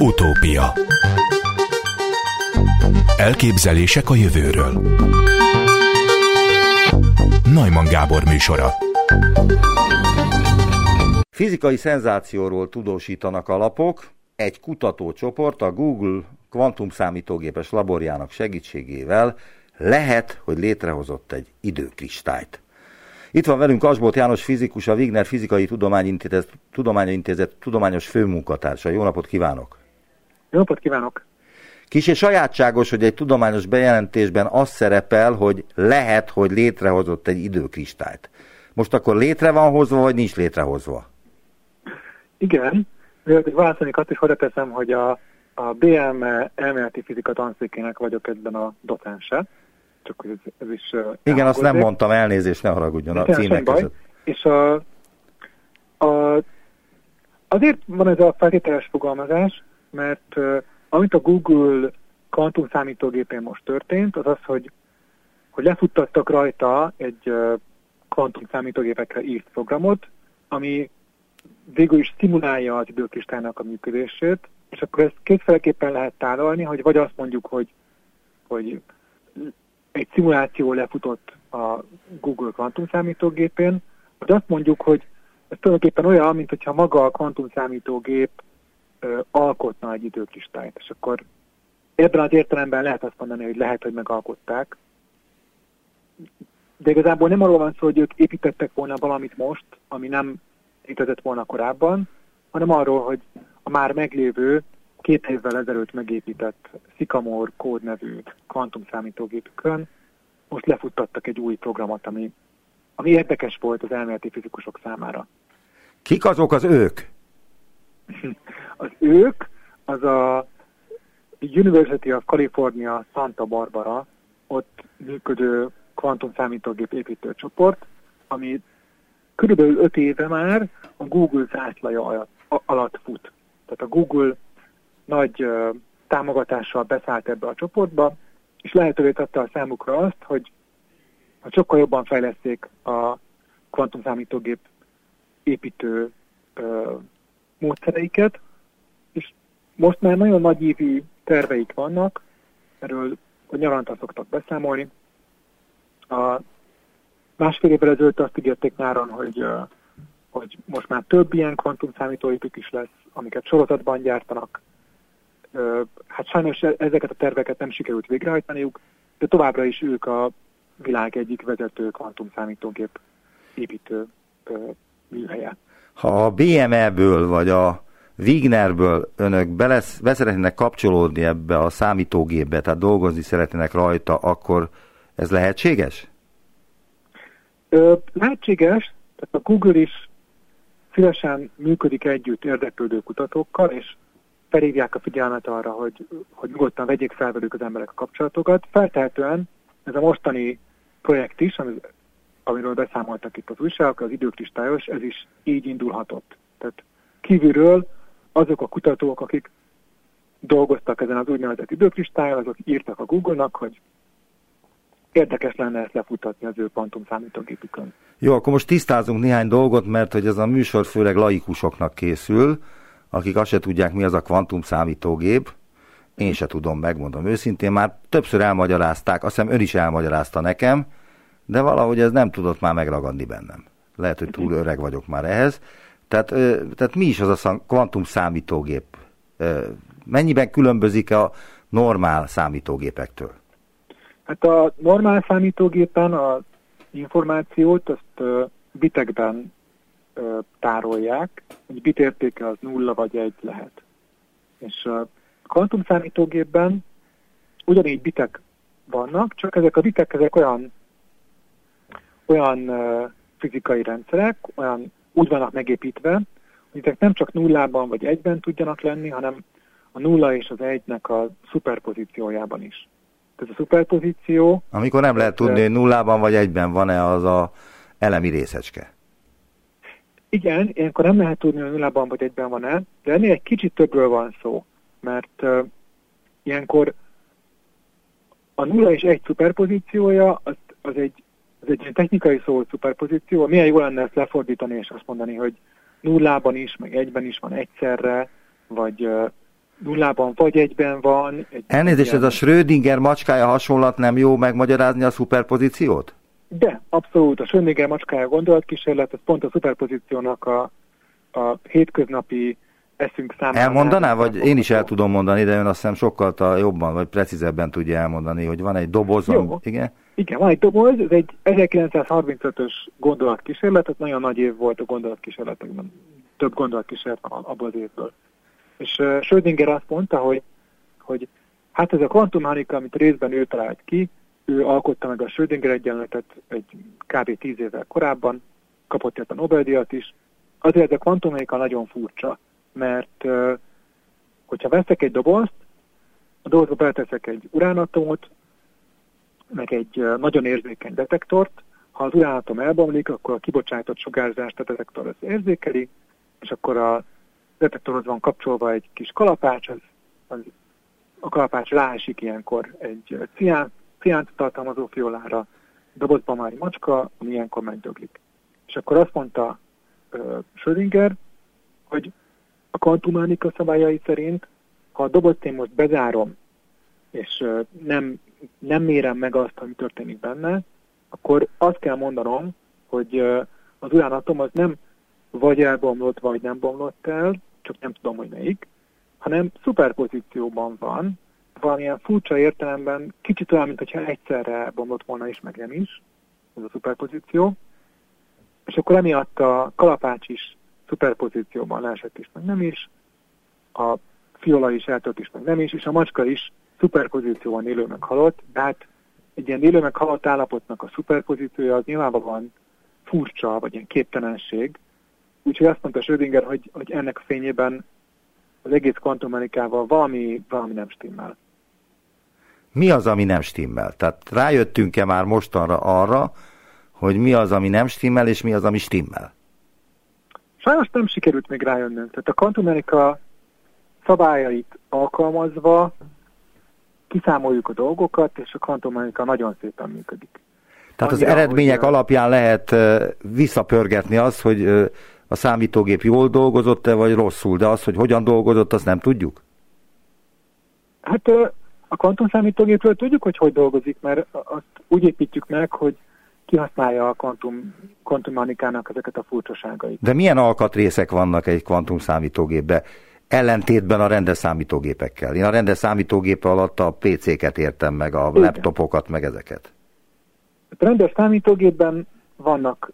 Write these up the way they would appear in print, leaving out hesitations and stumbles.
Utópia. Elképzelések a jövőről. Neumann Gábor műsora. Fizikai szenzációról tudósítanak a lapok. Egy kutatócsoport a Google kvantumszámítógépes laborjának segítségével lehet, hogy létrehozott egy időkristályt. Itt van velünk Asbolt János fizikus, a Wigner Fizikai Tudományintézet tudományos főmunkatársa. Jó napot kívánok! Jó napot kívánok! Kissé sajátságos, hogy egy tudományos bejelentésben az szerepel, hogy lehet, hogy létrehozott egy időkristályt. Most akkor létre van hozva, vagy nincs létrehozva? Igen, hogy válaszolni azt is hozzáteszem, hogy a BM elméleti fizika tanszékének vagyok ebben a docense. Csak hogy ez is igen, azt nem mondtam, elnézést, ne haragudjon a címek között. És azért van ez a feltételes fogalmazás, mert amit a Google kvantumszámítógépén most történt, az az, hogy lefuttattak rajta egy kvantumszámítógépekre írt programot, ami végül is szimulálja az időkristálynak a működését, és akkor ezt kétféleképpen lehet tálalni, hogy vagy azt mondjuk, hogy egy szimuláció lefutott a Google kvantumszámítógépén, vagy azt mondjuk, hogy ez tulajdonképpen olyan, mint hogyha maga a kvantumszámítógép alkotna egy időkristályt. És akkor ebben az értelemben lehet azt mondani, hogy lehet, hogy megalkották. De igazából nem arról van szó, hogy ők építettek volna valamit most, ami nem létezett volna korábban, hanem arról, hogy a már meglévő 2 évvel ezelőtt megépített Sycamore kód nevű kvantumszámítógépükön most lefuttattak egy új programot, ami érdekes volt az elméleti fizikusok számára. Kik azok az ők? Az ők, az a University of California Santa Barbara, ott működő kvantumszámítógép építőcsoport, ami körülbelül 5 éve már a Google zászlaja alatt fut. Tehát a Google nagy támogatással beszállt ebbe a csoportba, és lehetővé tette a számukra azt, hogy sokkal jobban fejleszték a kvantumszámítógép építő módszereiket, és most már nagyon nagyívű terveik vannak, erről a nyaranta szoktak beszámolni. A másfél évvel ezelőtt azt ígérték nyáron, hogy most már több ilyen kvantumszámítógépük is lesz, amiket sorozatban gyártanak. Hát sajnos ezeket a terveket nem sikerült végrehajtaniuk, de továbbra is ők a világ egyik vezető kvantumszámítógép építő műhelye. Ha a BME-ből vagy a Wignerből önök beszeretnének kapcsolódni ebbe a számítógépbe, tehát dolgozni szeretnének rajta, akkor ez lehetséges? Lehetséges, tehát a Google is szívesen működik együtt érdeklődő kutatókkal, és felhívják a figyelmet arra, hogy nyugodtan vegyék fel velük az emberek a kapcsolatokat. Feltehetően ez a mostani projekt is, amiről beszámoltak itt az újságok, az időkristályos, ez is így indulhatott. Tehát kívülről azok a kutatók, akik dolgoztak ezen az úgynevezett időkristályon, azok írtak a Google-nak, hogy érdekes lenne ezt lefutatni az ő kvantumszámítógépükön. Jó, akkor most tisztázunk néhány dolgot, mert hogy ez a műsor főleg laikusoknak készül, akik azt se tudják, mi az a kvantumszámítógép. Én se tudom, megmondom őszintén, már többször elmagyarázták, azt hiszem ön is elmagyarázta nekem, de valahogy ez nem tudott már megragadni bennem. Lehet, hogy túl öreg vagyok már ehhez. Tehát mi is az a kvantumszámítógép? Mennyiben különbözik a normál számítógépektől? Hát a normál számítógépen az információt azt bitekben tárolják, egy bit értéke az 0 vagy 1 lehet. És a kvantumszámítógépben ugyanígy bitek vannak, csak ezek a bitek olyan fizikai rendszerek, úgy vannak megépítve, hogy ezek nem csak 0-ban vagy 1-ben tudjanak lenni, hanem a 0 és az 1-nek a szuperpozíciójában is. Ez a szuperpozíció... Amikor nem lehet tudni, hogy 0-ban vagy 1-ben van-e az a elemi részecske. Igen, ilyenkor nem lehet tudni, hogy 0-ban vagy 1-ben van-e, de ennél egy kicsit többről van szó, mert ilyenkor a 0 és 1 szuperpozíciója az egy technikai szó, szuperpozíció. Milyen jó lenne ezt lefordítani és azt mondani, hogy 0-ban is, meg 1-ben is van egyszerre, vagy nullában vagy egyben van. Elnézést, ez a Schrödinger macskája hasonlat nem jó megmagyarázni a szuperpozíciót? De, abszolút. A Schrödinger macskája gondolatkísérlet, ez pont a szuperpozíciónak a hétköznapi eszünk számára. Elmondaná, vagy én is el tudom mondani, de ön azt hiszem sokkal jobban, vagy precízebben tudja elmondani, hogy van egy doboz. Igen? Igen, van egy doboz, ez egy 1935-ös gondolatkísérlet, ez nagyon nagy év volt a gondolatkísérletekben, több gondolatkísérlet van abban az évből. És Schrödinger azt mondta, hogy hát ez a kvantummechanika, amit részben ő talált ki, ő alkotta meg a Schrödinger egyenletet egy kb. 10 évvel korábban, kapott érte a Nobel-díjat is. Azért a kvantummechanika nagyon furcsa, mert hogyha veszek egy dobozt, a dobozba beleteszek egy uránatomot, meg egy nagyon érzékeny detektort, ha az uránatom elbomlik, akkor a kibocsátott sugárzást a detektor ezt érzékeli, és akkor a detektorhoz van kapcsolva egy kis kalapács, a kalapács ráesik ilyenkor egy ciánt tartalmazó fiolára, dobozban már egy macska, ami ilyenkor megdöglik. És akkor azt mondta Schrödinger, hogy a kvantummechanika szabályai szerint, ha a dobozt én most bezárom, és nem mérem meg azt, ami történik benne, akkor azt kell mondanom, hogy az uránatom az nem vagy elbomlott, vagy nem bomlott el, csak nem tudom, hogy melyik, hanem szuperpozícióban van, valamilyen furcsa értelemben, kicsit olyan, mintha egyszerre bomlott volna is, meg nem is, ez a szuperpozíció, és akkor emiatt a kalapács is szuperpozícióban leesett is, meg nem is, a fiola is eltört is, meg nem is, és a macska is szuperpozícióban élő meg halott, de hát egy ilyen élő meg halott állapotnak a szuperpozíciója az nyilvánvalóan furcsa, vagy ilyen képtelenség. Úgyhogy azt mondta Schrödinger, hogy ennek fényében az egész kvantummechanikával valami nem stimmel. Mi az, ami nem stimmel? Tehát rájöttünk-e már mostanra arra, hogy mi az, ami nem stimmel, és mi az, ami stimmel? Sajnos nem sikerült még rájönnünk. Tehát a kvantummechanika szabályait alkalmazva kiszámoljuk a dolgokat, és a kvantummechanika nagyon szépen működik. Tehát az eredmények alapján lehet visszapörgetni azt, hogy a számítógép jól dolgozott-e, vagy rosszul, de az, hogy hogyan dolgozott, azt nem tudjuk? Hát a kvantumszámítógépről tudjuk, hogy dolgozik, mert azt úgy építjük meg, hogy kihasználja a kvantummechanikának ezeket a furcsaságait. De milyen alkatrészek vannak egy kvantumszámítógépben, ellentétben a rendes számítógépekkel? Én a rendes számítógép alatt a PC-ket értem meg, a laptopokat, meg ezeket. A rendes számítógépben vannak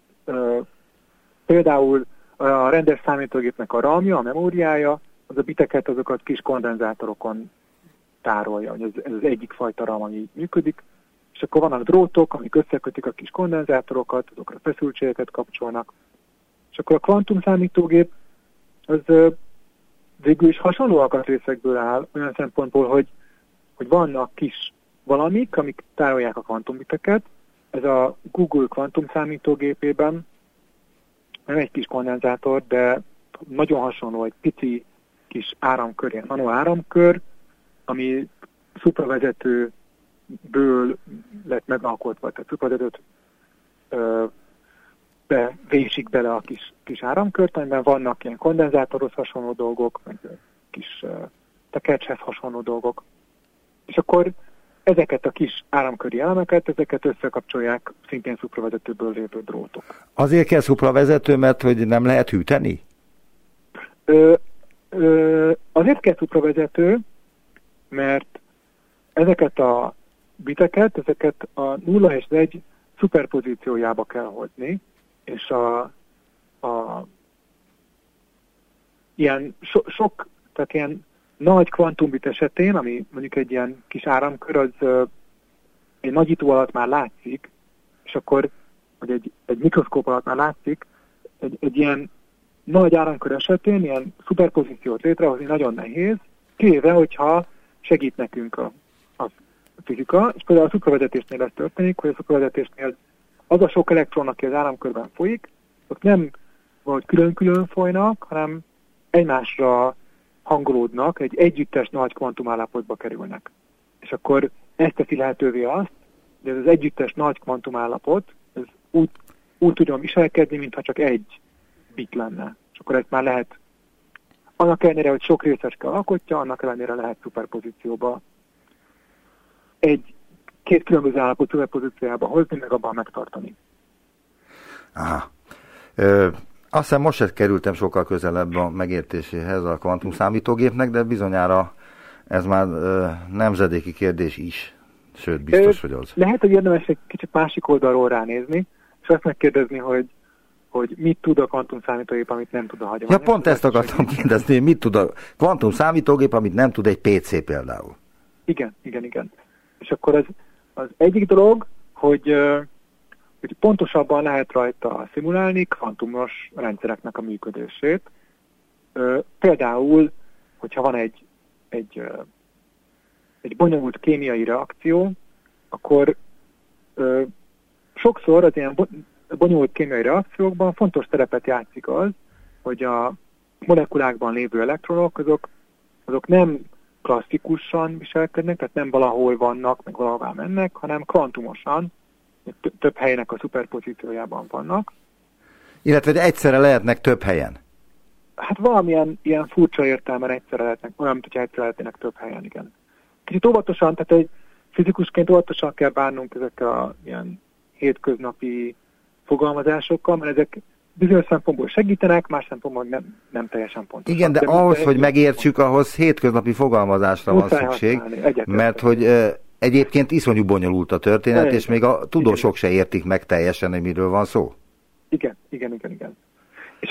például a rendes számítógépnek a RAM-ja, a memóriája, az a biteket, azokat kis kondenzátorokon tárolja, hogy ez az egyik fajta RAM, ami így működik, és akkor vannak drótok, amik összekötik a kis kondenzátorokat, azokra feszültségeket kapcsolnak, és akkor a kvantumszámítógép az végül is hasonló alkatrészekből áll, olyan szempontból, hogy vannak kis valamik, amik tárolják a kvantumbiteket. Ez a Google kvantumszámítógépében nem egy kis kondenzátor, de nagyon hasonló, egy pici kis áramkör, ilyen nanoáramkör, ami szupravezetőből lett megalkotva, tehát szupravezetőt vésik bele a kis áramkört, amiben vannak ilyen kondenzátorhoz hasonló dolgok, meg kis tekercshez hasonló dolgok. És akkor ezeket a kis áramköri elemeket, ezeket összekapcsolják szintén szupravezetőből lévő drótok. Azért kell szupravezető, mert hogy nem lehet hűteni? Azért kell szupravezető, mert ezeket a biteket, ezeket a 0 és 1 szuperpozíciójába kell hozni, és ilyen sok, tehát ilyen nagy kvantumbit esetén, ami mondjuk egy ilyen kis áramkör, az egy nagyító alatt már látszik, és akkor, vagy egy mikroszkóp alatt már látszik, egy ilyen nagy áramkör esetén ilyen szuperpozíciót létrehozni nagyon nehéz, kivéve, hogyha segít nekünk a fizika, és például a szupravezetésnél ez történik, hogy a szupravezetésnél az a sok elektron, aki az áramkörben folyik, ott nem valahogy külön-külön folynak, hanem egymásra hangolódnak, egy együttes nagy kvantumállapotba kerülnek. És akkor ezt teszi lehetővé azt, hogy ez az együttes nagy kvantumállapot, ez úgy tudjon viselkedni, mintha csak egy bit lenne. És akkor ezt már lehet annak ellenére, hogy sok részecske alkotja, annak ellenére lehet szuperpozícióba két különböző állapot szuperpozíciójába hozni, meg abban megtartani. Aha. Azt hiszem most kerültem sokkal közelebb a megértéséhez a kvantumszámítógépnek, de bizonyára ez már nemzedéki kérdés is. Sőt, biztos, hogy az. Lehet, hogy érdemes egy kicsit másik oldalról ránézni, és azt megkérdezni, hogy mit tud a kvantumszámítógép, amit nem tud a hagyományos. Ja, pont ezt akartam kérdezni, hogy mit tud a kvantumszámítógép, amit nem tud egy PC például. Igen. És akkor az egyik dolog, hogy pontosabban lehet rajta szimulálni kvantumos rendszereknek a működését. Például, hogyha van egy bonyolult kémiai reakció, akkor sokszor az ilyen bonyolult kémiai reakciókban fontos szerepet játszik az, hogy a molekulákban lévő elektronok, azok nem klasszikusan viselkednek, tehát nem valahol vannak, meg valahová mennek, hanem kvantumosan, több helynek a szuperpozíciójában vannak. Illetve egyszerre lehetnek több helyen. Hát valamilyen ilyen furcsa értelmen egyszerre lehetnek, olyan, mint hogyha egyszerre lehetnének több helyen, igen. Kicsit óvatosan, tehát egy fizikusként óvatosan kell bánnunk ezekkel a ilyen hétköznapi fogalmazásokkal, mert ezek bizonyos szempontból segítenek, más szempontból nem teljesen pontosan. Igen, de ahhoz, hogy megértsük, ahhoz hétköznapi fogalmazásra van szükség, mert hogy egyébként iszonyú bonyolult a történet, és még a tudósok se értik meg teljesen, hogy miről van szó. Igen. És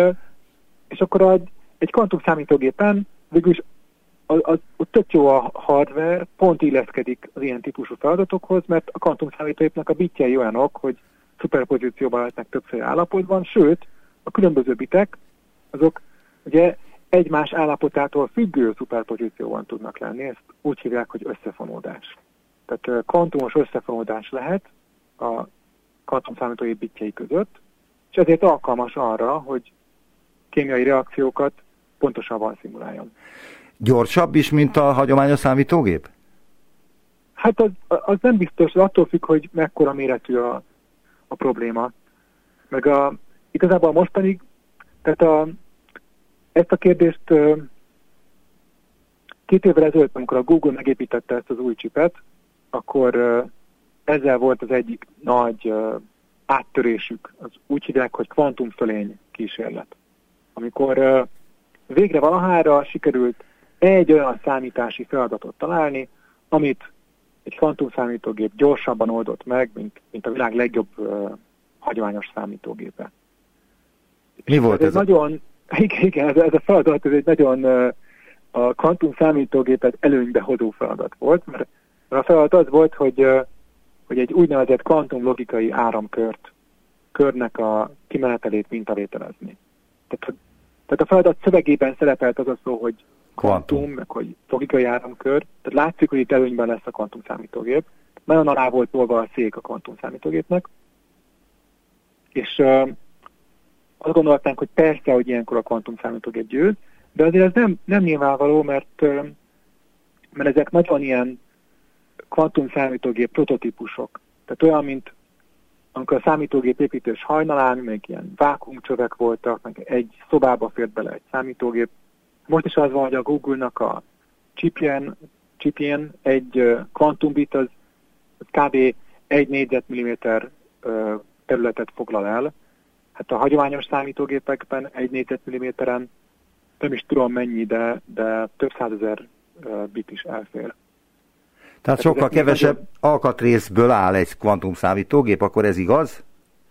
akkor egy kvantumszámítógépen végülis ott tök jó a hardware, pont illeszkedik az ilyen típusú feladatokhoz, mert a kvantumszámítógépnek a bitjei olyanok, hogy szuperpozícióban lehetnek többféle állapotban, sőt, a különböző bitek, azok ugye egymás állapotától függő szuperpozícióban tudnak lenni, ezt úgy hívják, hogy összefonódás. Tehát kvantumos összefonódás lehet a kvantumszámítógép bitjei között, és ezért alkalmas arra, hogy kémiai reakciókat pontosabban szimuláljon. Gyorsabb is, mint a hagyományos számítógép? Hát az nem biztos, attól függ, hogy mekkora méretű a probléma. Meg igazából most pedig, tehát ezt a kérdést 2 évvel ezelőtt, amikor a Google megépítette ezt az új csipet, akkor ezzel volt az egyik nagy áttörésük. Az úgy hívják, hogy kvantumfölény kísérlet. Amikor végre valahára sikerült egy olyan számítási feladatot találni, amit egy kvantumszámítógép gyorsabban oldott meg, mint a világ legjobb hagyományos számítógépe. Mi volt ez? Igen, ez a feladat, ez egy nagyon a kvantumszámítógépet előnybe hozó feladat volt, mert a feladat az volt, hogy egy úgynevezett kvantumlogikai körnek a kimenetelét mintavételezni. Tehát a feladat szövegében szerepelt az a szó, hogy kvantum, meg hogy logikai áramkör, tehát látszik, hogy itt előnyben lesz a kvantumszámítógép. Nagyon alá volt tolva a szék a kvantumszámítógépnek, és azt gondolták, hogy persze, hogy ilyenkor a kvantumszámítógép győz, de azért ez nem nyilvánvaló, mert ezek nagyon ilyen kvantumszámítógép prototípusok. Tehát olyan, mint amikor a számítógép építés hajnalán, még ilyen vákuumcsövek voltak, meg egy szobába fért bele egy számítógép. Most is az van, hogy a Google-nak a chipjén egy kvantumbit az kb. 1 négyzetmilliméter területet foglal el. Hát a hagyományos számítógépekben 1 négyzetmilliméteren nem is tudom mennyi, de több százezer bit is elfér. Tehát sokkal kevesebb alkatrészből áll egy kvantumszámítógép, akkor ez igaz?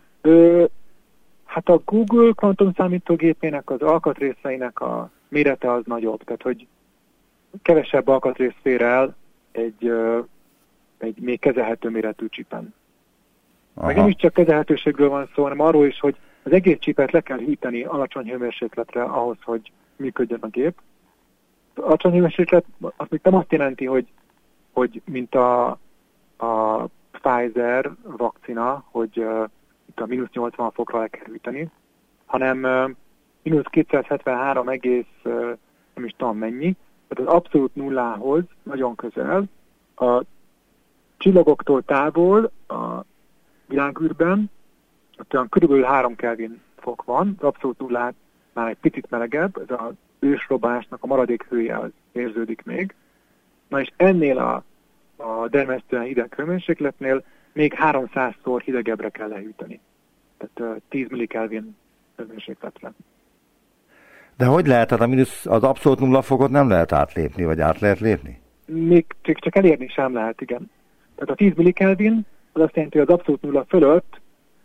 Hát a Google kvantumszámítógépének az alkatrészeinek a mérete az nagyobb, tehát hogy kevesebb alkatrész fér el egy még kezelhető méretű csipen. Meg nem is csak kezelhetőségről van szó, hanem arról is, hogy az egész csipet le kell hűteni alacsony hőmérsékletre ahhoz, hogy működjön a gép. Az alacsony hőmérséklet az még nem azt jelenti, hogy mint a Pfizer vakcina, hogy itt a -80 fokra le kell hűteni, hanem -273 egész nem is tudom mennyi, tehát az abszolút nullához nagyon közel, a csillagoktól távol a világűrben, ott olyan körülbelül 3 Kelvin fok van, az abszolút nullát már egy picit melegebb, ez a ősrobásnak a maradék hője az érződik még. Na és ennél a dermesztően hideg hőmérsékletnél még 300-szor hidegebbre kell lehűteni. Tehát 10 millikelvin hőmérsékletre. De hogy lehet, tehát az abszolút 0 fokot nem lehet átlépni, vagy át lehet lépni? Még csak elérni sem lehet, igen. Tehát a 10 millikelvin az azt jelenti, hogy az abszolút 0 fölött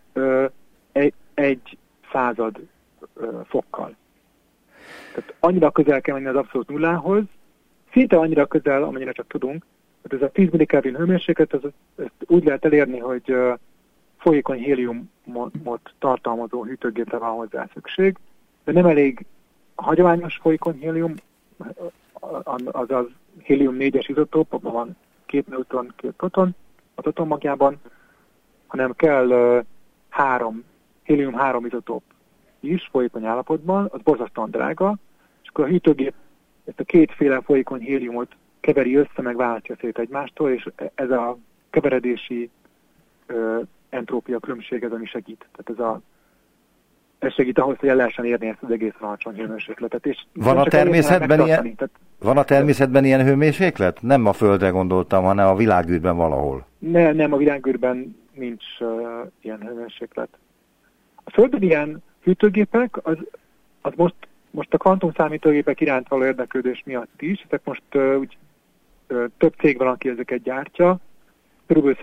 egy század fokkal. Tehát annyira közel kell menni az abszolút 0-hoz, szinte annyira közel, amennyire csak tudunk. Tehát ez a 10 millikelvin hőmérséklet, ezt úgy lehet elérni, hogy folyékony héliumot tartalmazó hűtőgépre van hozzá szükség, de nem elég hagyományos folyékony hélium, azaz hélium 4-es izotóp, abban van 2 neutron, 2 proton az atommagjában, hanem kell hélium 3 izotóp is folyékony állapotban, az borzasztóan drága, és akkor a hűtőgép ezt a kétféle folyékony héliumot keveri össze, meg váltja szét egymástól, és ez a keveredési entrópia különbség ez, ami segít. Tehát ez segít ahhoz, hogy el lehessen érni ezt az egész alacsony hőmérsékletet. És van a természetben ilyen hőmérséklet? Nem a Földre gondoltam, hanem a világűrben valahol. Nem, a világűrben nincs ilyen hőmérséklet. A Földön ilyen hűtőgépek, az most a kvantumszámítógépek iránt való érdeklődés miatt is, ezek most úgy több cég van, aki ezeket gyártja, körülbelül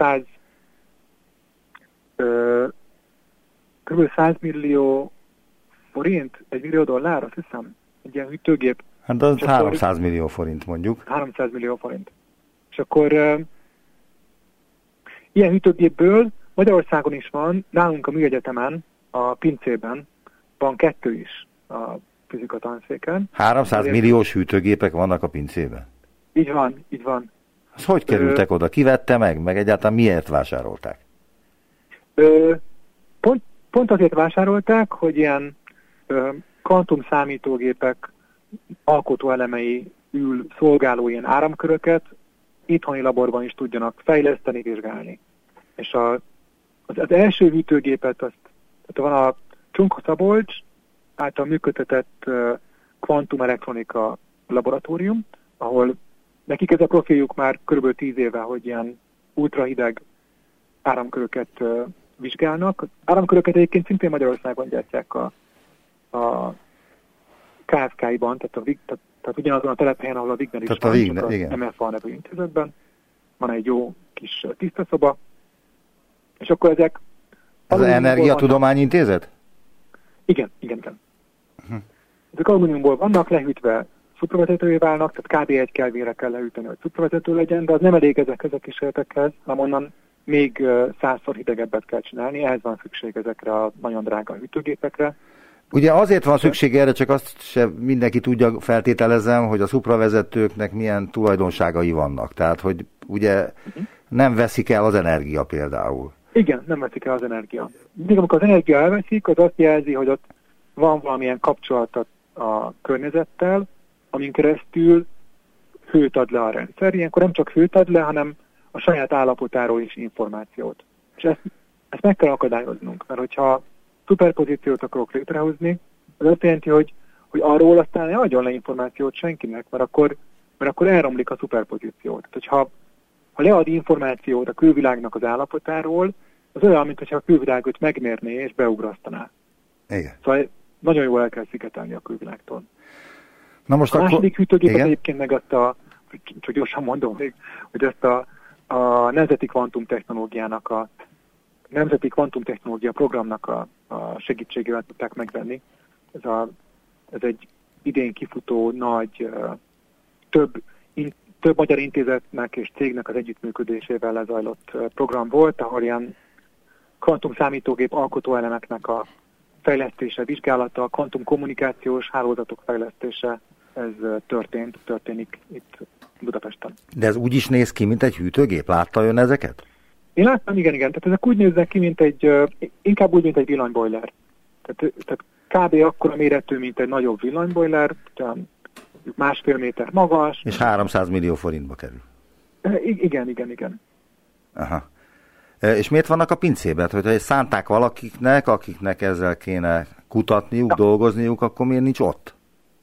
100 millió forint, $1 millió, azt hiszem, egy ilyen hűtőgép. Hát az 300 millió forint mondjuk. 300 millió forint. És akkor ilyen hűtőgépből Magyarországon is van, nálunk a Műegyetemen, a Pincében van 2 is a fizika tanszéken. 300 milliós hűtőgépek vannak a Pincében? Így van. Az hogy kerültek oda? Ki vette meg egyáltalán miért vásárolták? Pont azért vásárolták, hogy kvantum számítógépek alkotóelemei szolgáló ilyen áramköröket itthoni laborban is tudjanak fejleszteni, vizsgálni. És az első hűtőgépet, tehát van a Csunka Szabolcs által működtetett kvantumelektronika laboratórium, ahol nekik ez a profiljuk már kb. 10 éve, hogy ilyen ultrahideg áramköröket vizsgálnak. Az áramköröket egyébként szintén Magyarországon gyártják a KFK-ban, tehát ugyanazon a telephelyen, ahol a Wigner is van, csak a MFA nevű intézetben. Van egy jó kis tisztaszoba. És akkor ezek... Ez az Energiatudományi Intézet? Igen. Ezek alumíniumból vannak, lehűtve szupravezetővé válnak, tehát kb. 1 kelvinre kell lehűteni, hogy szupravezető legyen, de az nem elég ezekhez a kísérletekhez, hanem onnan még 100-szor hidegebbet kell csinálni, ehhez van szükség ezekre a nagyon drága hűtőgépekre. Ugye azért van szükség erre, csak azt sem mindenki tudja, feltételezem, hogy a szupravezetőknek milyen tulajdonságai vannak. Tehát, hogy ugye nem veszik el az energia például. Igen, nem veszik el az energia. Mindig, amikor az energia elveszik, az azt jelzi, hogy ott van valamilyen kapcsolat a környezettel, amin keresztül hőt ad le a rendszer. Ilyenkor nem csak hőt ad le, hanem a saját állapotáról is információt. És ezt meg kell akadályoznunk, mert hogyha szuperpozíciót akarok létrehozni, az azt jelenti, hogy arról aztán ne adjon le információt senkinek, mert akkor elromlik a szuperpozíció. Tehát, hogyha lead információt a külvilágnak az állapotáról, az olyan, mintha a külvilág őt megmérné és beugrasztaná. Igen. Szóval nagyon jól el kell szigetelni a külvilágtól. Na most a második hűtőgépet egyébként meg csak gyorsan mondom még, hogy ezt a Nemzeti Kvantumtechnológiának Nemzeti Kvantumtechnológia programnak a segítségével tudták megvenni. Ez egy idén kifutó nagy, több magyar intézetnek és cégnek az együttműködésével lezajlott program volt, ahol ilyen kvantumszámítógép alkotóelemeknek a fejlesztése, vizsgálata, kvantumkommunikációs hálózatok fejlesztése, ez történik itt Budapesten. De ez úgy is néz ki, mint egy hűtőgép? Látta ön ezeket? Én láttam, igen. Tehát ezek úgy néznek ki, inkább úgy, mint egy villanyboiler. Tehát kb. Akkora méretű, mint egy nagyobb villanyboiler, 1,5 méter magas. És 300 millió forintba kerül. Igen. Aha. És miért vannak a pincében? Hogyha szánták valakiknek, akiknek ezzel kéne kutatniuk, dolgozniuk, akkor miért nincs ott?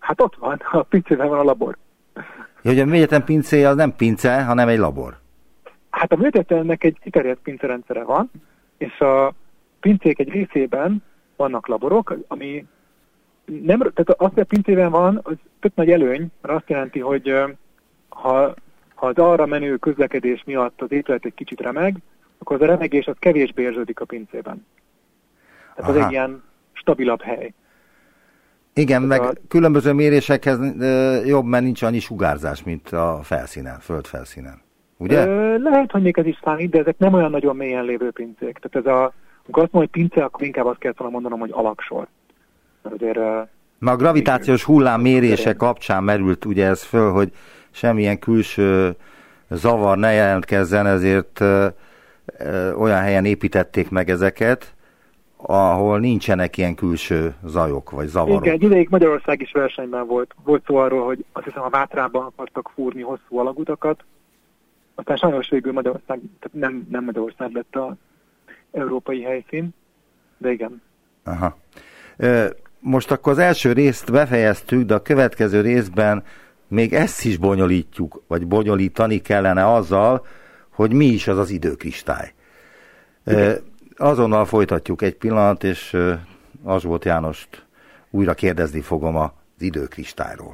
Hát ott van, a pincében van a labor. Hogy a műegyetem pincéje az nem pince, hanem egy labor. Hát a műegyetemnek egy kiterjedt pincerendszere van, és a pincék egy részében vannak laborok, ami nem, tehát az, hogy a pincében van, az tök nagy előny, mert azt jelenti, hogy ha az arra menő közlekedés miatt az épület egy kicsit remeg, akkor az a remegés az kevésbé érződik a pincében. Tehát az egy ilyen stabilabb hely. Igen, meg különböző mérésekhez jobb, mert nincs annyi sugárzás, mint a felszínen, földfelszínen. Ugye? Lehet, hogy még ez is számít, de ezek nem olyan nagyon mélyen lévő pincék. Tehát amikor azt mondom, hogy pince, akkor inkább azt kellett volna mondanom, hogy alaksor. Na, a gravitációs hullám mérése kapcsán merült ugye ez föl, hogy semmilyen külső zavar ne jelentkezzen, ezért olyan helyen építették meg ezeket, ahol nincsenek ilyen külső zajok vagy zavarok. Igen, egy ideig Magyarország is versenyben volt. Volt szó arról, hogy azt hiszem a Mátrában akartak fúrni hosszú alagutakat, aztán sajnos végül Magyarország, tehát nem Magyarország lett az európai helyszín, de igen. Aha. Most akkor az első részt befejeztük, de a következő részben még ezt is bonyolítjuk, vagy bonyolítani kellene azzal, hogy mi is az az időkristály. Azonnal folytatjuk egy pillanat, és Asbolt Jánost újra kérdezni fogom az időkristályról.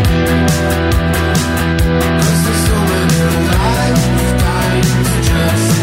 Just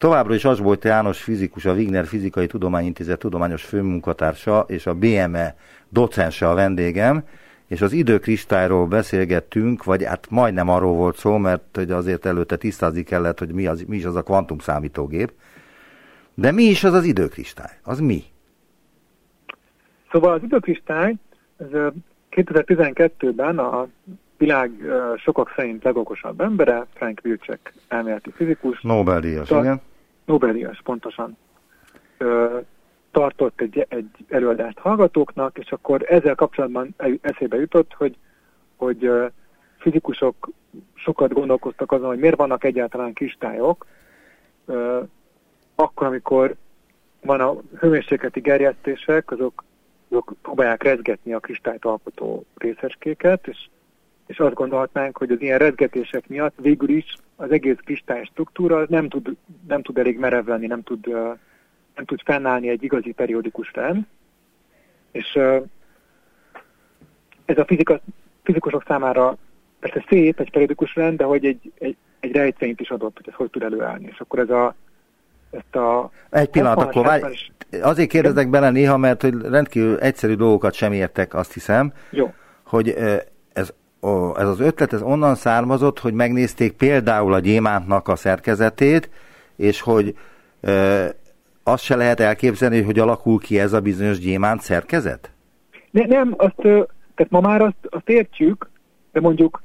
továbbra is Asbolt János fizikus, a Wigner Fizikai Tudományintézet tudományos főmunkatársa és a BME docense a vendégem, és az időkristályról beszélgettünk, vagy hát majdnem arról volt szó, mert hogy azért előtte tisztázni kellett, hogy mi is az a kvantumszámítógép. De mi is az az időkristály? Az mi? Szóval az időkristály, ez 2012-ben a világ sokak szerint legokosabb embere, Frank Wilczek elméleti fizikus. Nobel-díjas, igen. Nobel-díjas, pontosan. Tartott egy előadást hallgatóknak, és akkor ezzel kapcsolatban eszébe jutott, hogy fizikusok sokat gondolkoztak azon, hogy miért vannak egyáltalán kristályok, akkor, amikor van a hőmérsékleti gerjesztések, azok próbálják rezgetni a kristályt alkotó részecskéket, és azt gondolhatnánk, hogy az ilyen rezgetések miatt végül is az egész kristály struktúra nem tud elég merev lenni, nem tud fennállni egy igazi periódikus rend, és ez a fizikusok számára persze szép egy periódikus rend, de hogy egy rejtvényt is adott, hogy ez hogy tud előállni. És akkor egy pillanat, akkor várj, azért kérdezek bele néha, mert hogy rendkívül egyszerű dolgokat sem értek, azt hiszem, jó. Hogy ez az ötlet ez onnan származott, hogy megnézték például a gyémántnak a szerkezetét, és hogy azt se lehet elképzelni, hogy alakul ki ez a bizonyos gyémánt szerkezet? Nem, tehát ma már azt értjük, de mondjuk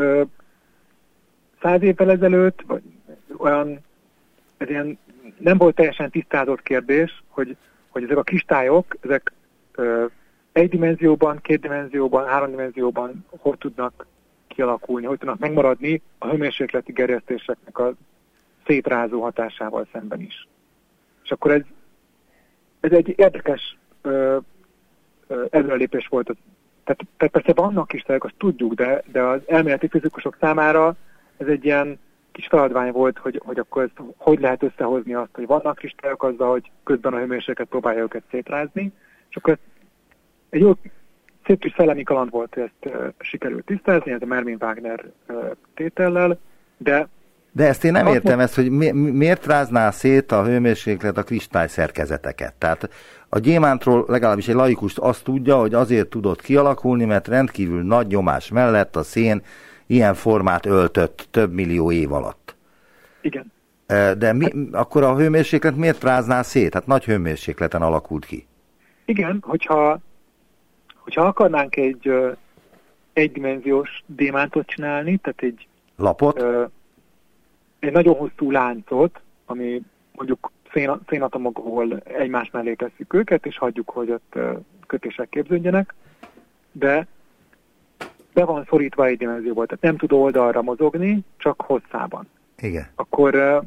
100 évvel ezelőtt, vagy olyan, ez ilyen nem volt teljesen tisztázott kérdés, hogy ezek a kristályok, ezek egy dimenzióban, 2 dimenzióban, 3 dimenzióban hogy tudnak kialakulni, hogy tudnak megmaradni a hőmérsékleti gerjesztéseknek a szétrázó hatásával szemben is. És akkor ez egy érdekes előrelépés volt. Tehát persze vannak kristályok, azt tudjuk, de az elméleti fizikusok számára ez egy ilyen kis feladvány volt, hogy akkor ezt hogy lehet összehozni azt, hogy vannak kristályok azzal, hogy közben a hőmérséklet próbálja őket szétrázni, és akkor egy jó szép kis szellemi kaland volt, hogy ezt sikerült tisztázni, ez a Mermin Wagner tétellel, de ezt én nem értem, ezt, hogy miért rázná szét a hőmérséklet a kristály szerkezeteket. Tehát a gyémántról legalábbis egy laikus azt tudja, hogy azért tudott kialakulni, mert rendkívül nagy nyomás mellett a szén ilyen formát öltött több millió év alatt. Igen. De akkor a hőmérséklet miért rázná szét? Hát nagy hőmérsékleten alakult ki. Igen, hogyha akarnánk egy egydimenziós gyémántot csinálni, tehát egy lapot? Egy nagyon hosszú láncot, ami mondjuk szénatomokból egymás mellé tesszük őket, és hagyjuk, hogy ott kötések képződjenek, de be van szorítva egy dimenzióból, tehát nem tud oldalra mozogni, csak hosszában. Igen. Akkor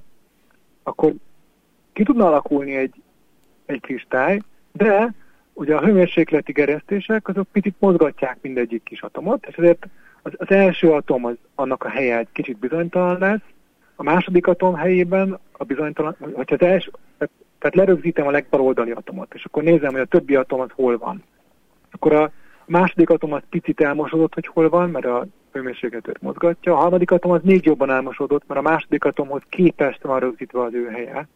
ki tudna alakulni egy kristály, de ugye a hőmérsékleti gerjesztések azok picit mozgatják mindegyik kis atomot, és ezért az első atom annak a helye egy kicsit bizonytalan lesz, a második atom helyében a bizonytalan, hogyha az első, tehát lerögzítem a legbaloldali atomot, és akkor nézem, hogy a többi atom az hol van. Akkor a második atom az picit elmosodott, hogy hol van, mert a hőmérsékletet mozgatja, a harmadik atom az még jobban elmosodott, mert a második atomhoz képest van rögzítve az ő helye.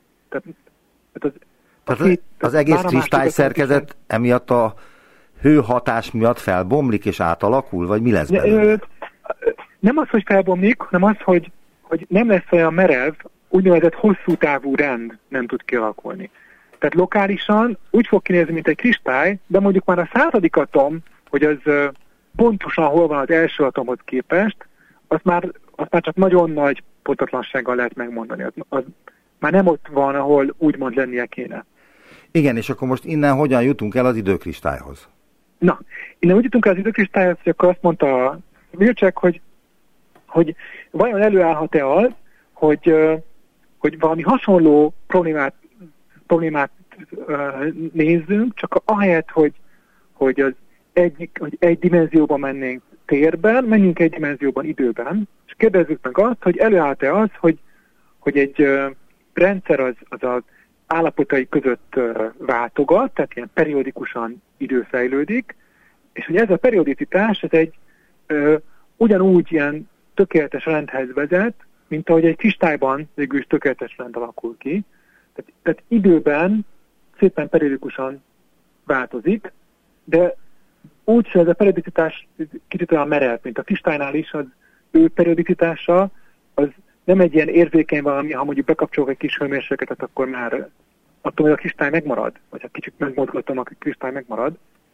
Tehát az egész kristály szerkezet emiatt a hőhatás miatt felbomlik és átalakul, vagy mi lesz belőle? Nem az, hogy felbomlik, hanem az, hogy nem lesz olyan merev, úgynevezett hosszú távú rend nem tud kialakulni. Tehát lokálisan úgy fog kinézni, mint egy kristály, de mondjuk már a 100. atom, hogy az pontosan hol van az első atomhoz képest, azt már csak nagyon nagy pontatlansággal lehet megmondani. Az már nem ott van, ahol úgymond lennie kéne. Igen, és akkor most innen hogyan jutunk el az időkristályhoz? Na, innen úgy jutunk el az időkristályhoz, hogy akkor azt mondta a Wilczek, hogy vajon előállhat-e az, hogy valami hasonló problémát nézzünk, csak ahelyett, hogy egy dimenzióban mennénk térben, menjünk egy dimenzióban időben, és kérdezzük meg azt, hogy előállhat-e az, hogy egy rendszer az állapotai között váltogat, tehát ilyen periódikusan idő fejlődik, és hogy ez a periodicitás, ez egy ugyanúgy ilyen tökéletes rendhez vezet, mint ahogy egy kristályban végül is tökéletes rend alakul ki. Tehát időben szépen periódikusan változik, de úgy, hogy ez a periodicitás kicsit olyan merev, mint a kristálynál is, az ő periodicitása, az nem egy ilyen érzékeny valami, ha mondjuk bekapcsolok egy kis hőmérsékletet, akkor már attól, hogy a kristály megmarad, vagy ha kicsit megmozgatom, a kristály megmarad.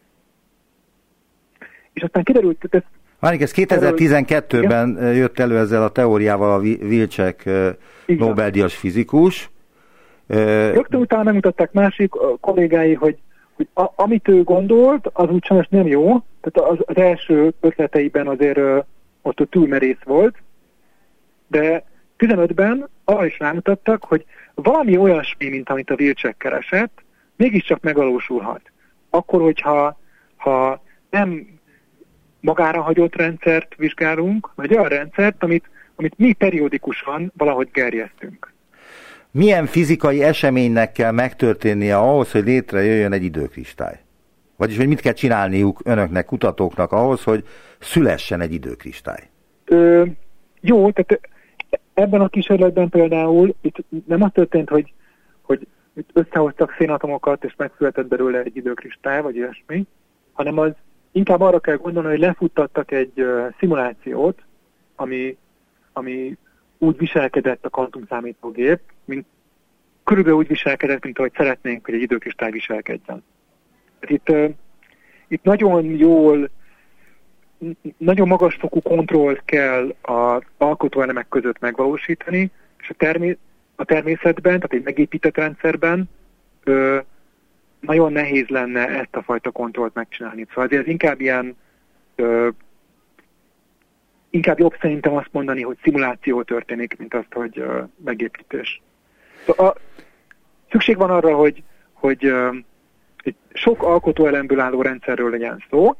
És aztán kiderült, hogy ez 2012-ben jött elő ezzel a teóriával a Wilczek Nobel-díjas fizikus. Rögtön utána megmutatták másik kollégái, hogy amit ő gondolt, az úgy sajnos nem jó. Tehát az első ötleteiben azért ott túl merész volt, de 15-ben arra is rámutattak, hogy valami olyasmi, mint amit a Wilczek keresett, mégiscsak megvalósulhat. Akkor, hogyha nem magára hagyott rendszert vizsgálunk, vagy olyan rendszert, amit mi periódikusan valahogy gerjesztünk. Milyen fizikai eseménynek kell megtörténnie ahhoz, hogy létrejöjjön egy időkristály? Vagyis, hogy mit kell csinálniuk önöknek, kutatóknak ahhoz, hogy szülessen egy időkristály? Jó, tehát ebben a kísérletben például itt nem az történt, hogy összehoztak szénatomokat, és megszületett belőle egy időkristály, vagy ilyesmi, hanem az inkább arra kell gondolni, hogy lefuttattak egy szimulációt, ami úgy viselkedett a kvantumszámítógép, mint körülbelül úgy viselkedett, mint ahogy szeretnénk, hogy egy időkristály viselkedjen. Itt nagyon magas fokú kontrollt kell az alkotóelemek között megvalósítani, és a természetben, tehát egy megépített rendszerben nagyon nehéz lenne ezt a fajta kontrollt megcsinálni. Szóval azért ez inkább jobb szerintem azt mondani, hogy szimuláció történik, mint azt, hogy megépítés. Szóval szükség van arra, hogy egy sok alkotóelemből álló rendszerről legyen szó,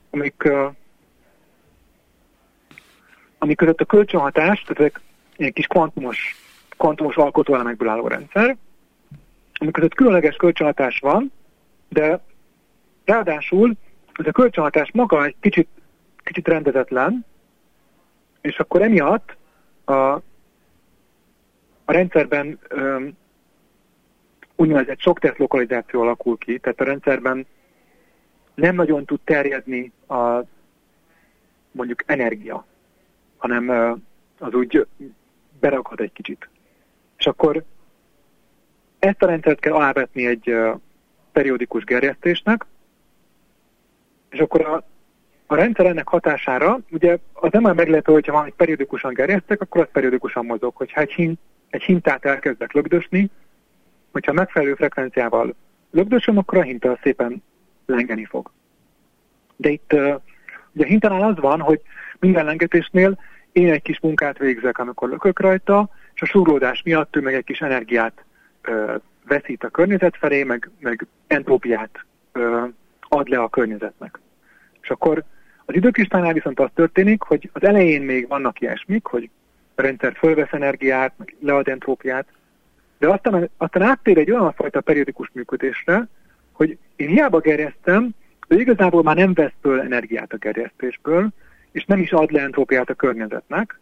amik között a kölcsönhatás, tehát ezek ilyen kis kvantumos alkotóelemekből álló rendszer, amik között különleges kölcsönhatás van, de ráadásul ez a kölcsönhatás maga egy kicsit rendezetlen, és akkor emiatt a rendszerben úgynevezett sok-test lokalizáció alakul ki, tehát a rendszerben nem nagyon tud terjedni a mondjuk energia, hanem az úgy berakad egy kicsit. És akkor ezt a rendszert kell alávetni egy periódikus gerjesztésnek, és akkor a rendszer ennek hatására, ugye az nem már meglepő, hogyha valamit periódikusan gerjesztek, akkor az periódikusan mozog. Hogyha egy hintát elkezdek lögdösni, hogyha megfelelő frekvenciával lögdösöm, akkor a hinta szépen lengeni fog. De itt ugye a hintánál az van, hogy minden lengetésnél én egy kis munkát végzek, amikor lökök rajta, és a súrlódás miatt ő meg egy kis energiát veszít a környezet felé, meg entrópiát ad le a környezetnek. És akkor az időkristálynál viszont az történik, hogy az elején még vannak ilyesmik, hogy a rendszer fölvesz energiát, meg lead entrópiát, de aztán áttér egy olyan fajta periódikus működésre, hogy én hiába gerjesztem, ő igazából már nem vesz föl energiát a gerjesztésből, és nem is ad le entrópiát a környezetnek,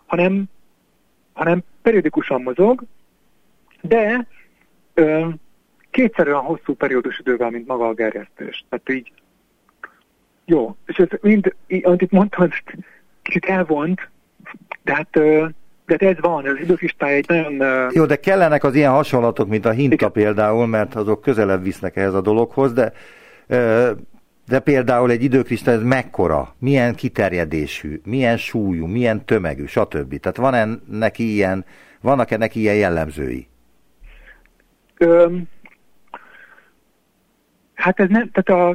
hanem periódikusan mozog, de kétszer olyan hosszú periódus idővel, mint maga a gerjesztés. Tehát így jó. És ez mind, amit itt mondtam, ez kicsit elvont, de hát ez van, az időkristály egy nagyon... Jó, de kellenek az ilyen hasonlatok, mint a hinta például, mert azok közelebb visznek ehhez a dologhoz, de például egy időkristály ez mekkora, milyen kiterjedésű, milyen súlyú, milyen tömegű, stb. Tehát vannak-e neki ilyen jellemzői? Hát ez nem, tehát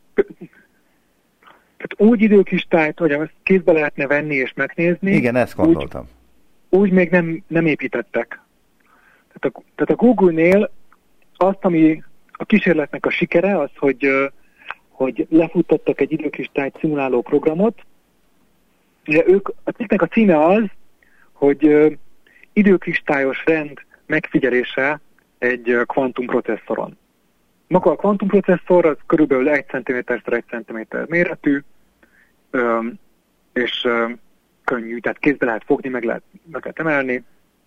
úgy időkristályt, hogy ezt kézbe lehetne venni és megnézni. Igen, ezt gondoltam. Úgy még nem építettek. Tehát a Google-nél azt, ami a kísérletnek a sikere, az, hogy lefuttattak egy időkristályt szimuláló programot. Ugye a cikknek a címe az, hogy időkristályos rend megfigyelése egy kvantumprocesszoron. Maga a kvantumprocesszor az körülbelül 1 cm x 1 cm méretű, és könnyű, tehát kézbe lehet fogni, meg lehet emelni.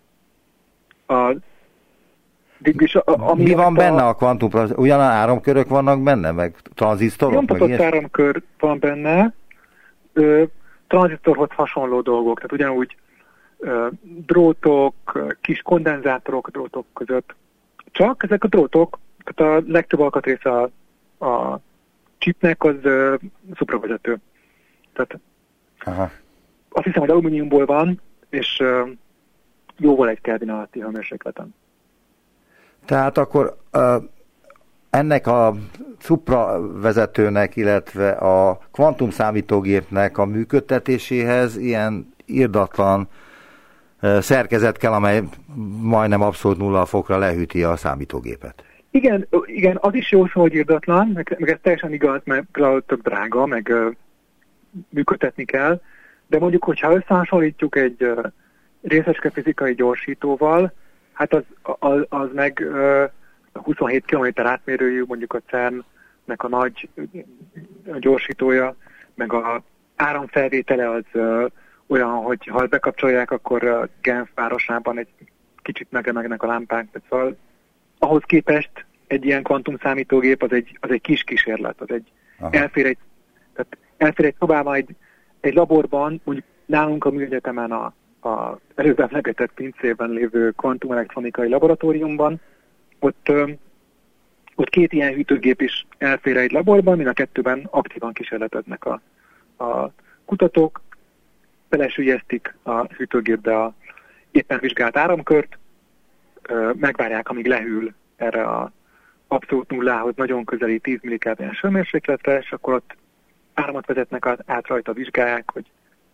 Mi van benne a kvantumprocessor? Ugyan áramkörök vannak benne, meg tranzisztorok? Nyomtatott áramkör van benne, tranzisztorhoz hasonló dolgok, tehát ugyanúgy drótok, kis kondenzátorok drótok között. Csak ezek a drótok, tehát a legtöbb alkatrésze a chipnek az szupravezető. Tehát azt hiszem, hogy alumíniumból van, és jóval 1 Kelvin alatti hőmérsékleten. Tehát akkor ennek a szupravezetőnek, illetve a kvantumszámítógépnek a működtetéséhez ilyen irdatlan szerkezet kell, amely majdnem abszolút 0 fokra lehűti a számítógépet. Igen, az is jó szó, hogy irdatlan, meg ez teljesen igaz, mert tök drága, meg működtetni kell, de mondjuk, hogyha összehasonlítjuk egy részecske fizikai gyorsítóval, hát az meg 27 km átmérőjű, mondjuk a CERN-nek a nagy gyorsítója, meg a áramfelvétele az olyan, hogy ha bekapcsolják, akkor Genf városában egy kicsit megemegnek a lámpák. Szóval ahhoz képest egy ilyen kvantumszámítógép az egy kis kísérlet, az elfér egy szobában, egy laborban, mondjuk nálunk a műegyetemen a előbb emlegetett pincében lévő kvantumelektronikai laboratóriumban, ott 2 ilyen hűtőgép is elfér egy laborban, mind a 2-ben aktívan kísérleteznek a kutatók, belesülyeztik a hűtőgépbe a éppen vizsgált áramkört, megvárják, amíg lehűl erre a abszolút nullához nagyon közeli 10 millikelvin hőmérsékletre, és akkor ott áramot vezetnek át rajta, vizsgálják, hogy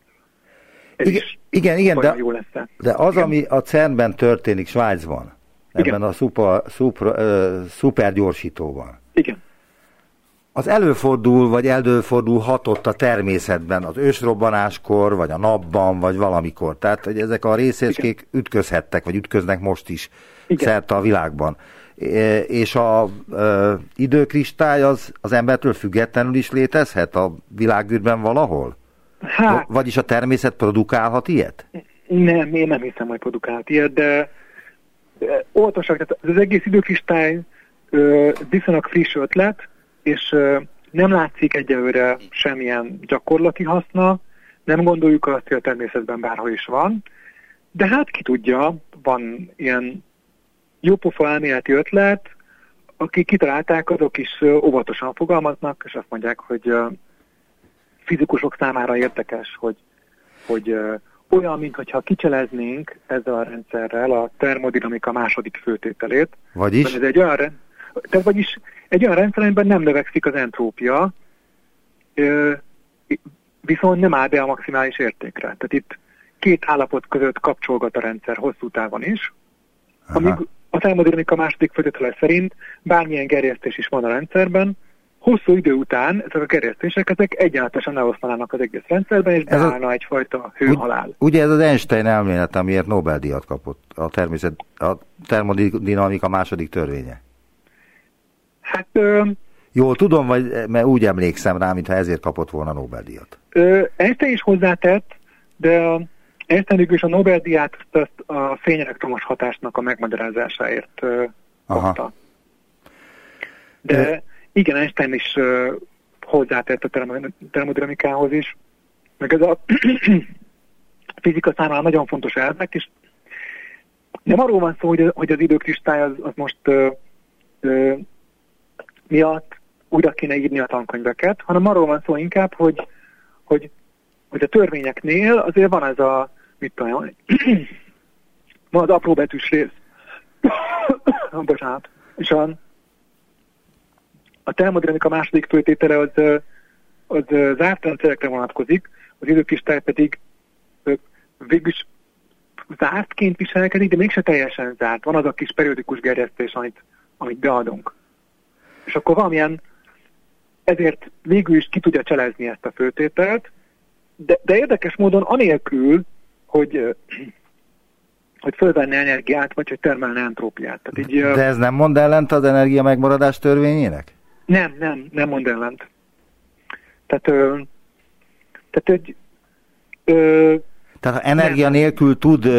igen, jó lesz. De az, ami a CERN-ben történik Svájcban, ebben a szupergyorsítóban, igen. Az előfordul, vagy előfordulhatott a természetben, az ősrobbanáskor, vagy a napban, vagy valamikor. Tehát, hogy ezek a részecskék ütközhettek, vagy ütköznek most is szerte a világban. És az időkristály az embertől függetlenül is létezhet a világűrben valahol? Hát, vagyis a természet produkálhat ilyet? Nem, én nem hiszem, hogy produkálhat ilyet, de óvatosak, tehát az egész időkristály viszonylag friss ötlet, és nem látszik egyelőre semmilyen gyakorlati haszna, nem gondoljuk azt, hogy a természetben bárhol is van, de hát ki tudja, van ilyen jópofa elméleti ötlet, akik kitalálták, azok is óvatosan fogalmaznak, és azt mondják, hogy fizikusok számára érdekes, hogy olyan, mintha kicseleznénk ezzel a rendszerrel a termodinamika második főtételét. Vagyis? Ez egy olyan rendszer, amiben nem növekszik az entrópia, viszont nem áll be a maximális értékre. Tehát itt 2 állapot között kapcsolgat a rendszer hosszú távon is, amíg a termodinamika második főtétele szerint bármilyen gerjesztés is van a rendszerben, hosszú idő után ezek a gerjesztések egyenletesen leosztanának az egész rendszerben, és beállna egyfajta hőhalál. Ugye ez az Einstein elmélet, amiért Nobel-díjat kapott a termodinamika második törvénye? Hát... Jól tudom, mert úgy emlékszem rá, mintha ezért kapott volna Nobel-díjat. Einstein is hozzátett, de Einstein is a Nobel-díját a fényelektromos hatásnak a megmagyarázásáért kapta. De igen, Einstein is hozzátett a termodinamikához is, meg ez a fizika számára nagyon fontos elvek, és nem arról van szó, hogy az időkristály az most miatt újra kéne írni a tankönyveket, hanem arról van szó inkább, hogy a törvényeknél azért van ez a, mit tudom, van az apróbetűs rész. Bocsánat. És a termodinamika második főtétele az zárt rendszerekre vonatkozik, az időkristály pedig végülis zártként viselkedik, de mégse teljesen zárt. Van az a kis periódikus gerjesztés, amit beadunk. És akkor valamilyen, ezért végül is ki tudja cselezni ezt a főtételt, de érdekes módon anélkül, hogy fölvenne energiát, vagy hogy termelne entrópiát. Tehát így, de ez nem mond ellent az energia megmaradás törvényének? Nem mond ellent. Tehát Tehát ha energia nélkül tud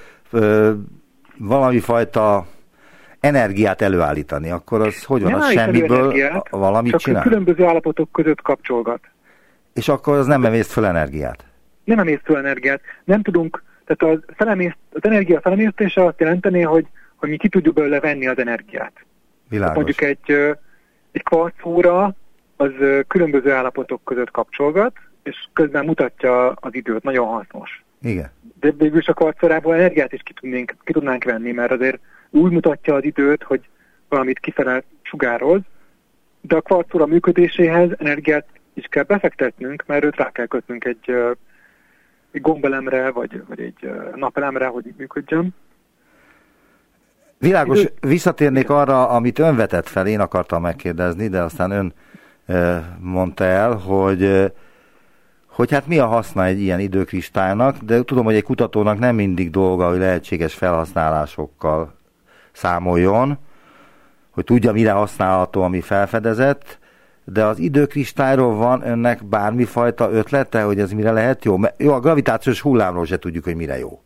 valami fajta energiát előállítani, akkor az hogy van? Az semmiből valamit csak csinál? Különböző állapotok között kapcsolgat. És akkor az nem emészt föl energiát? Nem emészt föl energiát. Nem tudunk, tehát az energia felemésztése azt jelenteni, hogy mi ki tudjuk belőle venni az energiát. Világos. Mondjuk egy kvarcóra az különböző állapotok között kapcsolgat, és közben mutatja az időt, nagyon hasznos. Igen. De végül is a kvarcórából energiát is ki tudnánk venni, mert azért úgy mutatja az időt, hogy valamit kifele sugároz, de a kvarcóra működéséhez energiát is kell befektetnünk, mert őt rá kell kötnünk egy gombelemre, vagy egy napelemre, hogy működjön. Világos, visszatérnék arra, amit ön vetett fel, én akartam megkérdezni, de aztán ön mondta el, hogy hát mi a haszna egy ilyen időkristálynak, de tudom, hogy egy kutatónak nem mindig dolga, hogy lehetséges felhasználásokkal számoljon, hogy tudja, mire használható, ami felfedezett, de az időkristályról van önnek bármifajta ötlete, hogy ez mire lehet jó? Jó, a gravitációs hullámról se tudjuk, hogy mire jó.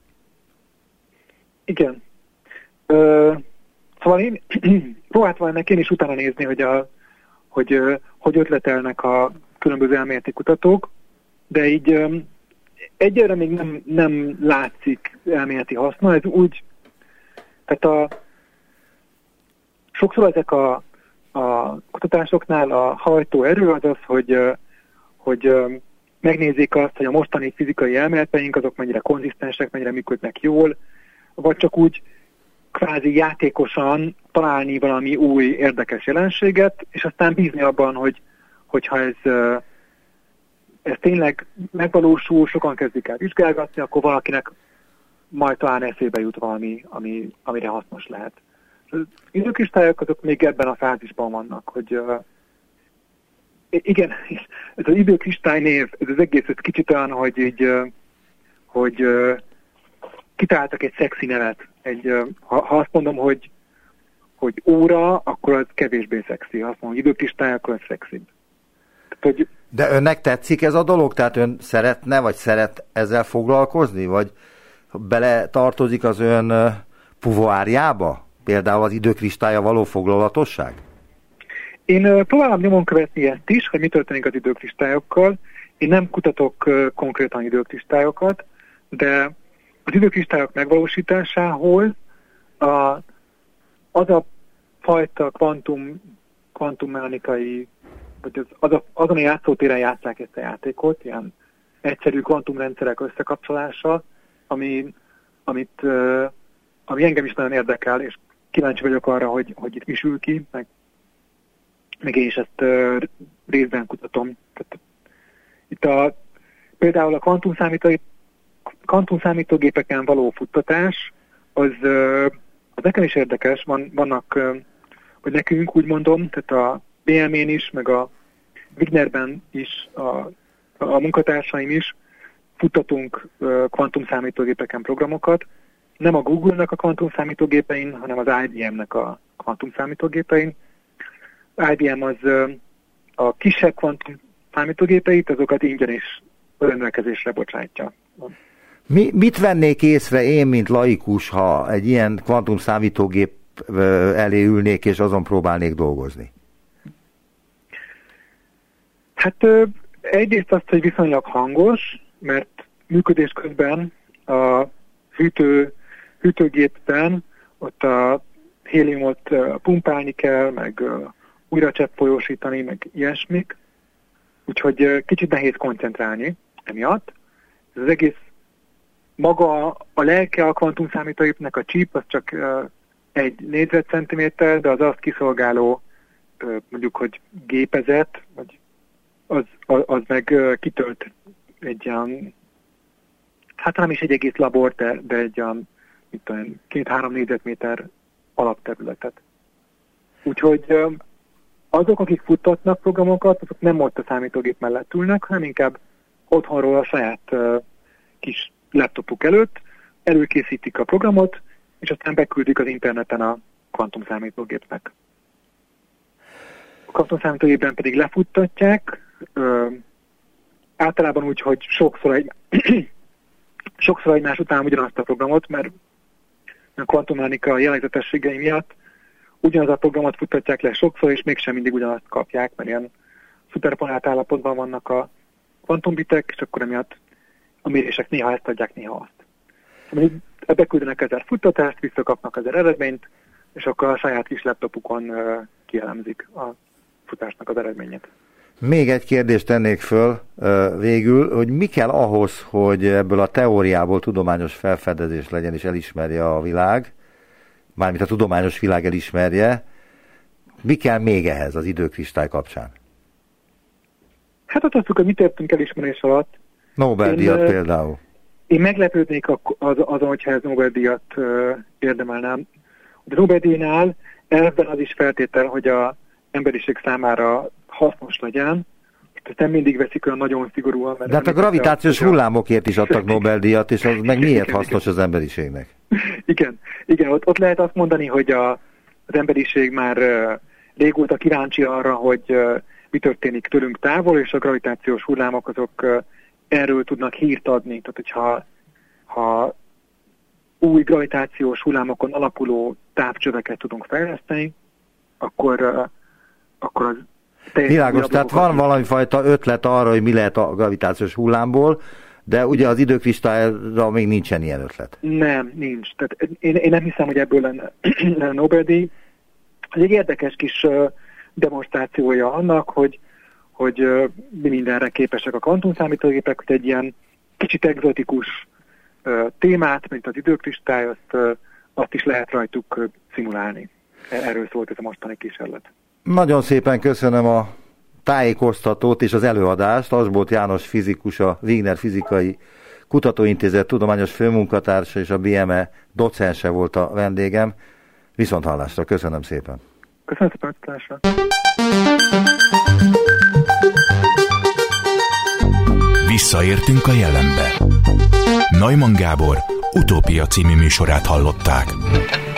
Igen. Szóval én próbáltam ennek én is utána nézni, hogy ötletelnek a különböző elméleti kutatók, de így egyelőre még nem látszik elméleti haszna. Ez úgy, tehát sokszor ezek a kutatásoknál a hajtóerő az az, hogy megnézzék azt, hogy a mostani fizikai elméleteink azok mennyire konzisztensek, mennyire működnek jól, vagy csak úgy kvázi játékosan találni valami új érdekes jelenséget, és aztán bízni abban, hogyha ez tényleg megvalósul, sokan kezdik el vizsgálgatni, akkor valakinek majd talán eszébe jut valami, amire hasznos lehet. Az időkristályok azok még ebben a fázisban vannak, hogy igen, ez az időkristály név, ez az egész ez kicsit olyan, hogy kitaláltak egy szexi nevet. Ha azt mondom, hogy óra, akkor az kevésbé szexi. Ha azt mondom, hogy időkristály, akkor az szexibb. De önnek tetszik ez a dolog? Tehát ön szeretne, vagy szeret ezzel foglalkozni? Vagy bele tartozik az ön puvoárjába? Például az időkristálya való foglalatosság? Én próbálom nyomon követni ezt is, hogy mi történik az időkristályokkal. Én nem kutatok konkrétan időkristályokat, de az időkristályok megvalósításához az a fajta kvantummechanikai, vagy azon a játszótéren játsszák ezt a játékot, ilyen egyszerű kvantumrendszerek összekapcsolása, ami engem is nagyon érdekel, és kíváncsi vagyok arra, hogy itt mi sül ki, meg én is ezt részben kutatom. Tehát itt például a kvantumszámítógépeken való futtatás, az nekem is érdekes, vannak, vagy nekünk úgy mondom, tehát a BM-én is, meg a Wignerben is, a munkatársaim is futtatunk kvantumszámítógépeken programokat. Nem a Google-nek a kvantumszámítógépein, hanem az IBM-nek a kvantumszámítógépein. IBM az a kisebb kvantumszámítógépeit, azokat ingyen is rendelkezésre bocsátja. Mit vennék észre én, mint laikus, ha egy ilyen kvantumszámítógép elé ülnék, és azon próbálnék dolgozni? Hát egyrészt azt, hogy viszonylag hangos, mert működés közben a hűtőgépben ott a héliumot pumpálni kell, meg újra cseppfolyósítani, meg ilyesmik. Úgyhogy kicsit nehéz koncentrálni emiatt. Ez az egész maga a lelke a kvantumszámítógépnek, a chip, az csak 1 négyzetcentiméter, de az azt kiszolgáló mondjuk, hogy gépezet, vagy az meg kitölt egy olyan, hát nem is egy egész labort, de egy olyan, 2-3 négyzetméter alapterületet. Úgyhogy azok, akik futtatnak programokat, azok nem ott a számítógép mellett ülnek, hanem inkább otthonról a saját kis laptopuk előtt előkészítik a programot, és aztán beküldik az interneten a kvantumszámítógépnek. A kvantumszámítógépben pedig lefuttatják, általában úgy, hogy sokszor sokszor egymás után ugyanazt a programot, mert a kvantummechanika jellegzetességei miatt ugyanaz a programot futtatják le sokszor, és mégsem mindig ugyanazt kapják, mert ilyen szuperponált állapotban vannak a kvantumbitek, és akkor emiatt a mérések néha ezt adják, néha azt. Ebbe küldenek 1000 futtatást, visszakapnak 1000 eredményt, és akkor a saját kis laptopukon kielemzik a futásnak az eredményét. Még egy kérdést tennék föl végül, hogy mi kell ahhoz, hogy ebből a teóriából tudományos felfedezés legyen és elismerje a világ, mármint a tudományos világ elismerje, mi kell még ehhez az időkristály kapcsán? Hát azt hogy mit értünk elismerés alatt. Nobel-díjat például. Én meglepődnék azon, hogyha ez Nobel-díjat érdemelném. A Nobel-díjnál ebben az is feltétel, hogy az emberiség számára hasznos legyen. Ezt nem mindig veszik olyan nagyon szigorúan. De hát a gravitációs hullámokért is adtak Nobel-díjat, és az meg miért hasznos az emberiségnek? Igen, ott lehet azt mondani, hogy az emberiség már régóta kíváncsi arra, hogy mi történik tőlünk távol, és a gravitációs hullámok azok erről tudnak hírt adni. Tehát, hogyha új gravitációs hullámokon alapuló távcsöveket tudunk fejleszteni, akkor az világos, tehát van valamifajta ötlet arra, hogy mi lehet a gravitációs hullámból, de ugye az időkristályra még nincsen ilyen ötlet. Nem, nincs. Tehát én nem hiszem, hogy ebből lenne Nobel-díj. Ez egy érdekes kis demonstrációja annak, hogy mi mindenre képesek a kvantumszámítógépek, hogy egy ilyen kicsit egzotikus témát, mint az időkristály, azt is lehet rajtuk szimulálni. Erről szólt ez a mostani kísérlet. Nagyon szépen köszönöm a tájékoztatót és az előadást. Asbolt János fizikus, a Wigner Fizikai Kutatóintézet tudományos főmunkatársa és a BME docense volt a vendégem. Viszonthallásra, köszönöm szépen. Köszönöm szépen, viszonthallásra. Visszaértünk a jelenbe. Neumann Gábor Utópia című műsorát hallották.